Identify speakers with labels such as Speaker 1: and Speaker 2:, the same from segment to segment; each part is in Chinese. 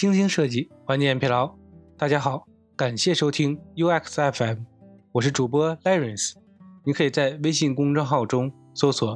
Speaker 1: 精心设计，缓解疲劳。大家好，感谢收听 UXFM， 我是主播 Lawrence。你可以在微信公众号中搜索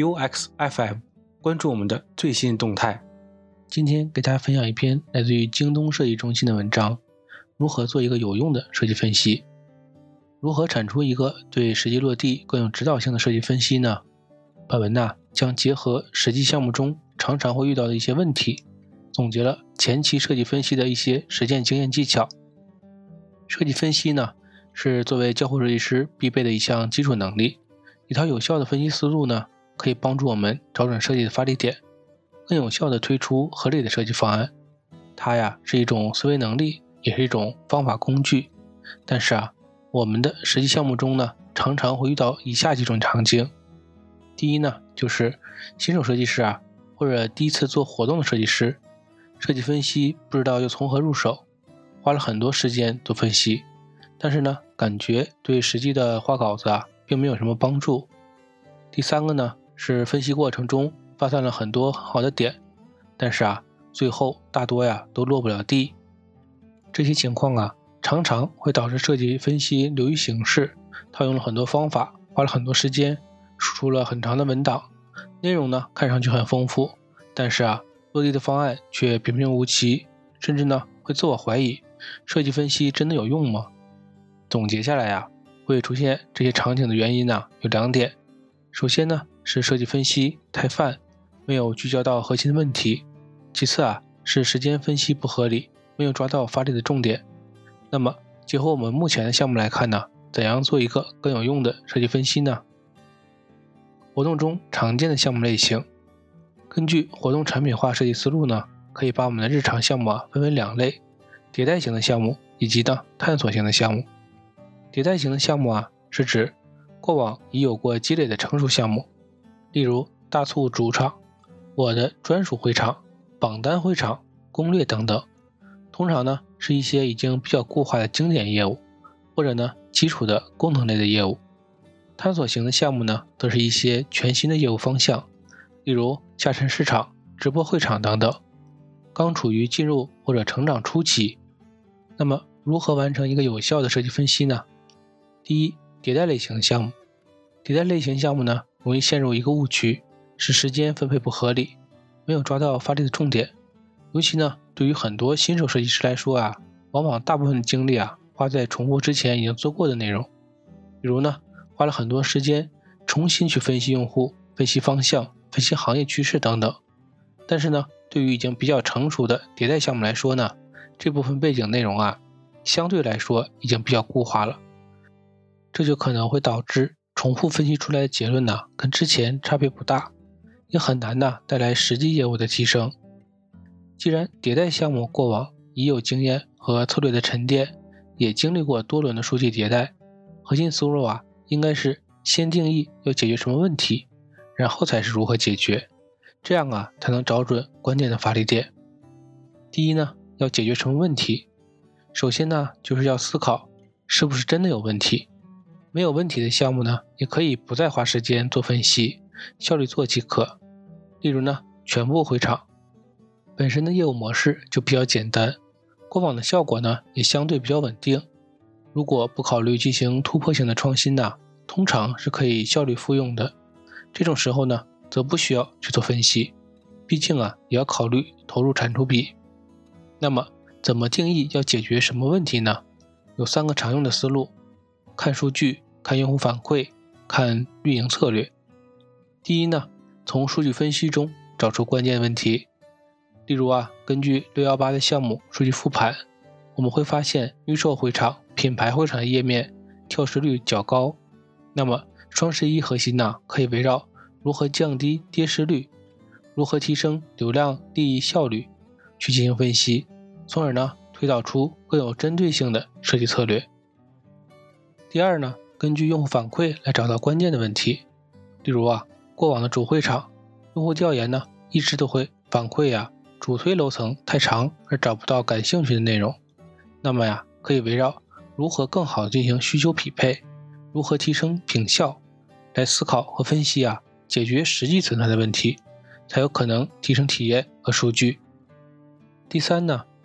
Speaker 1: UXFM， 关注我们的最新动态。今天给大家分享一篇来自于京东设计中心的文章，如何做一个有用的设计分析。如何产出一个对实际落地更有指导性的设计分析呢？本文将结合实际项目中常常会遇到的一些问题，总结了前期设计分析的一些实践经验技巧。设计分析是作为交互设计师必备的一项基础能力。一套有效的分析思路可以帮助我们找准设计的发力点，更有效地推出合理的设计方案。它是一种思维能力，也是一种方法工具。但是我们的实际项目中常常会遇到以下几种场景。第一就是新手设计师或者第一次做活动的设计师，设计分析不知道又从何入手，花了很多时间做分析，但是感觉对实际的画稿子并没有什么帮助。第三个是分析过程中发现了很多很好的点，但是最后大多都落不了地。这些情况常常会导致设计分析流于形式，套用了很多方法，花了很多时间，输出了很长的文档，内容看上去很丰富，但是落地的方案却平平无奇，甚至会自我怀疑，设计分析真的有用吗？总结下来会出现这些场景的原因有两点。首先是设计分析太泛，没有聚焦到核心的问题。其次是时间分析不合理，没有抓到发力的重点。那么结合我们目前的项目来看怎样做一个更有用的设计分析呢？活动中常见的项目类型，根据活动产品化设计思路可以把我们的日常项目分为两类：迭代型的项目以及探索型的项目。迭代型的项目是指过往已有过积累的成熟项目，例如大促主场、我的专属会场、榜单会场、攻略等等。通常是一些已经比较固化的经典业务，或者基础的功能类的业务。探索型的项目则是一些全新的业务方向，例如下沉市场、直播会场等等，刚处于进入或者成长初期。那么如何完成一个有效的设计分析呢？第一，迭代类型项目。迭代类型项目容易陷入一个误区，是时间分配不合理，没有抓到发力的重点。尤其对于很多新手设计师来说往往大部分的精力花在重复之前已经做过的内容，比如花了很多时间重新去分析用户、分析方向、分析行业趋势等等。但是对于已经比较成熟的迭代项目来说这部分背景内容相对来说已经比较固化了，这就可能会导致重复分析出来的结论跟之前差别不大，也很难带来实际业务的提升。既然迭代项目过往已有经验和策略的沉淀，也经历过多轮的数据迭代，核心思路应该是先定义要解决什么问题，然后才是如何解决，这样才能找准关键的发力点。第一要解决什么问题？首先就是要思考是不是真的有问题。没有问题的项目也可以不再花时间做分析，效率做即可。例如全部会场本身的业务模式就比较简单，过往的效果也相对比较稳定。如果不考虑进行突破性的创新通常是可以效率复用的。这种时候则不需要去做分析，毕竟也要考虑投入产出比。那么怎么定义要解决什么问题呢？有3个常用的思路：看数据、看用户反馈、看运营策略。第一从数据分析中找出关键问题。例如根据618的项目数据复盘，我们会发现预售会场、品牌会场的页面跳失率较高。那么双11核心可以围绕如何降低跌失率，如何提升流量利益效率去进行分析，从而推导出更有针对性的设计策略。第二根据用户反馈来找到关键的问题。例如过往的主会场用户调研一直都会反馈主推楼层太长而找不到感兴趣的内容。那么可以围绕如何更好地进行需求匹配，如何提升品效来思考和分析解决实际存在的问题，才有可能提升体验和数据。第三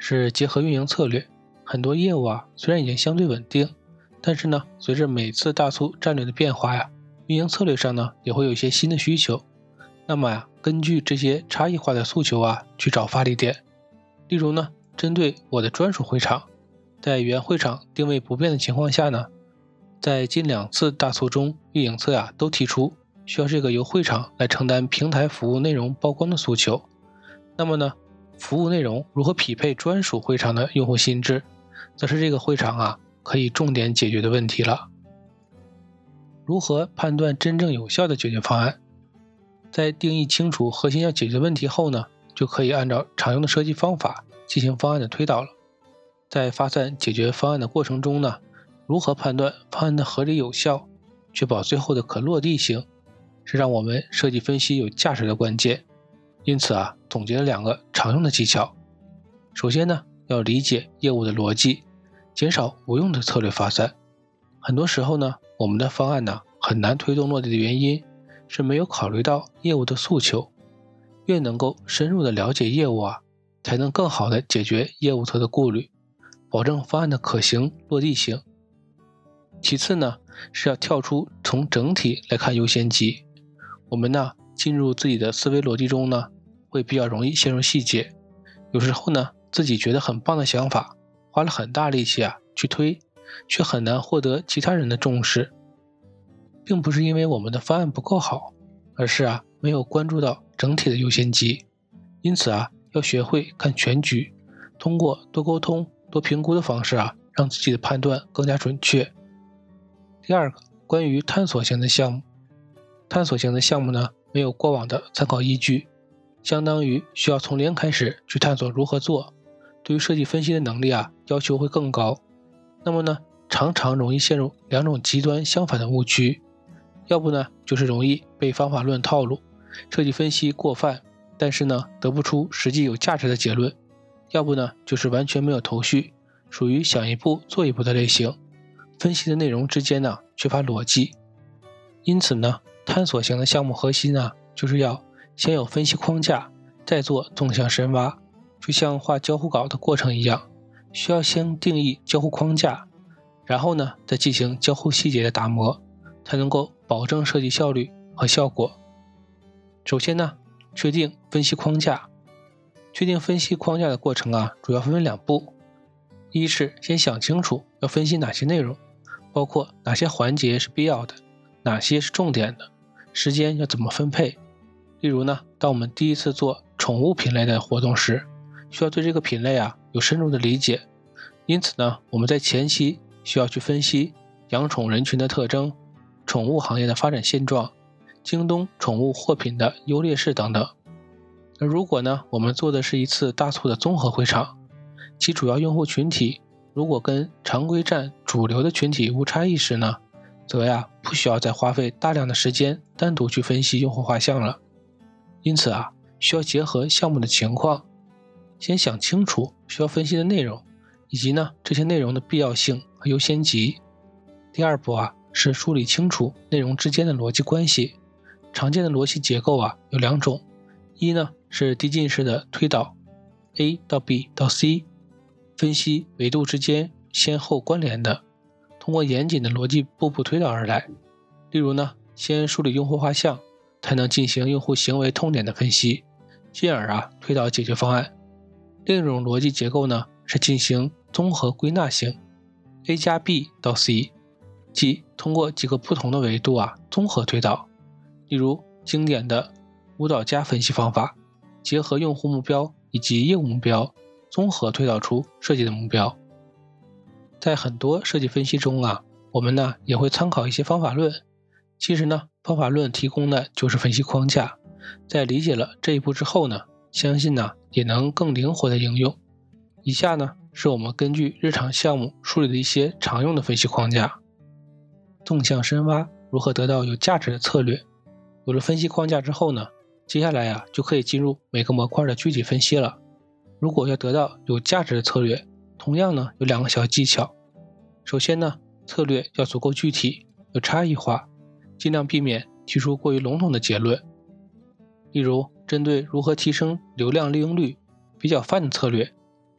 Speaker 1: 是结合运营策略。很多业务虽然已经相对稳定，但是呢，随着每次大促战略的变化运营策略上呢也会有一些新的需求。那么根据这些差异化的诉求去找发力点。例如呢，针对我的专属会场，在原会场定位不变的情况下呢，在近2次大促中，运营侧都提出需要这个由会场来承担平台服务内容曝光的诉求。那么呢，服务内容如何匹配专属会场的用户心智，则是这个会场可以重点解决的问题了。如何判断真正有效的解决方案？在定义清楚核心要解决问题后呢，就可以按照常用的设计方法进行方案的推导了。在发散解决方案的过程中呢，如何判断方案的合理有效，确保最后的可落地性，是让我们设计分析有价值的关键。因此总结了2个常用的技巧。首先呢，要理解业务的逻辑，减少无用的策略发散。很多时候呢，我们的方案很难推动落地的原因是没有考虑到业务的诉求。越能够深入的了解业务才能更好的解决业务侧的顾虑，保证方案的可行落地性。其次呢，是要跳出从整体来看优先级。我们进入自己的思维逻辑中呢，会比较容易陷入细节。有时候呢，自己觉得很棒的想法，花了很大力气去推，却很难获得其他人的重视。并不是因为我们的方案不够好，而是没有关注到整体的优先级。因此要学会看全局，通过多沟通、多评估的方式让自己的判断更加准确。第二个，关于探索型的项目。探索型的项目呢，没有过往的参考依据，相当于需要从零开始去探索如何做，对于设计分析的能力要求会更高。那么呢，常常容易陷入2种极端相反的误区。要不呢，就是容易被方法论套路，设计分析过泛，但是呢，得不出实际有价值的结论；要不呢，就是完全没有头绪，属于想一步做一步的类型，分析的内容之间缺乏逻辑。因此呢，探索型的项目核心就是要先有分析框架，再做纵向深挖，就像画交互稿的过程一样，需要先定义交互框架，然后呢，再进行交互细节的打磨，才能够保证设计效率和效果。首先呢，确定分析框架。确定分析框架的过程主要分为2步。一是先想清楚要分析哪些内容，包括哪些环节是必要的，哪些是重点的，时间要怎么分配。例如呢，当我们第一次做宠物品类的活动时，需要对这个品类有深入的理解。因此呢，我们在前期需要去分析养宠人群的特征、宠物行业的发展现状、京东宠物货品的优劣势等等。那如果呢，我们做的是一次大促的综合会场，其主要用户群体如果跟常规站主流的群体无差异时呢，则不需要再花费大量的时间单独去分析用户画像了。因此需要结合项目的情况，先想清楚需要分析的内容，以及呢这些内容的必要性和优先级。第二步是梳理清楚内容之间的逻辑关系。常见的逻辑结构有2种，一呢是递进式的推导 A 到 B 到 C， 分析维度之间先后关联的，通过严谨的逻辑步步推导而来。例如呢，先梳理用户画像，才能进行用户行为痛点的分析，进而推导解决方案。另一种逻辑结构呢是进行综合归纳型 A 加 B 到 C， 即通过几个不同的维度综合推导。例如经典的舞蹈家分析方法，结合用户目标以及业务目标，综合推导出设计的目标。在很多设计分析中我们呢也会参考一些方法论。其实呢，方法论提供的就是分析框架，在理解了这一步之后呢，相信呢也能更灵活的应用。以下呢是我们根据日常项目梳理的一些常用的分析框架。纵向深挖，如何得到有价值的策略。有了分析框架之后呢，接下来就可以进入每个模块的具体分析了。如果要得到有价值的策略，同样呢有2个小技巧。首先呢，策略要足够具体，有差异化，尽量避免提出过于笼统的结论。例如，针对如何提升流量利用率比较泛的策略，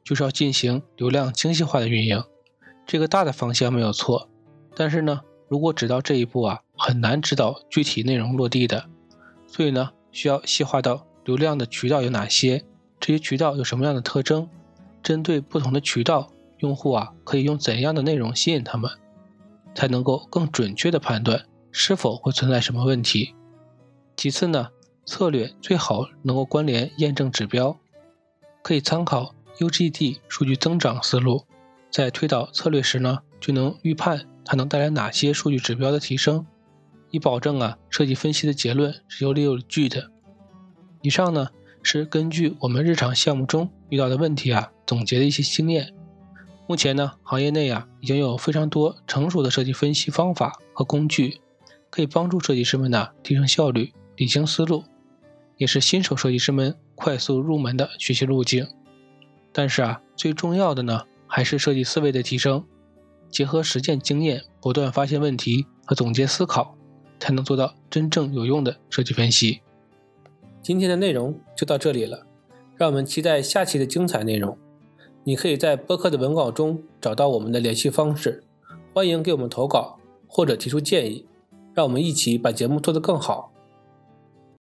Speaker 1: 就是要进行流量精细化的运营，这个大的方向没有错。但是呢，如果只到这一步很难指导具体内容落地的，所以呢，需要细化到流量的渠道有哪些，这些渠道有什么样的特征，针对不同的渠道，用户可以用怎样的内容吸引他们，才能够更准确的判断是否会存在什么问题。其次呢，策略最好能够关联验证指标，可以参考 UGC 数据增长思路，在推导策略时呢，就能预判它能带来哪些数据指标的提升，以保证设计分析的结论是有理有据的。以上呢是根据我们日常项目中遇到的问题总结的一些经验。目前呢，行业内已经有非常多成熟的设计分析方法和工具，可以帮助设计师们提升效率、理清思路，也是新手设计师们快速入门的学习路径。但是最重要的呢，还是设计思维的提升，结合实践经验，不断发现问题和总结思考，才能做到真正有用的设计分析。今天的内容就到这里了，让我们期待下期的精彩内容。你可以在播客的文稿中找到我们的联系方式，欢迎给我们投稿或者提出建议，让我们一起把节目做得更好。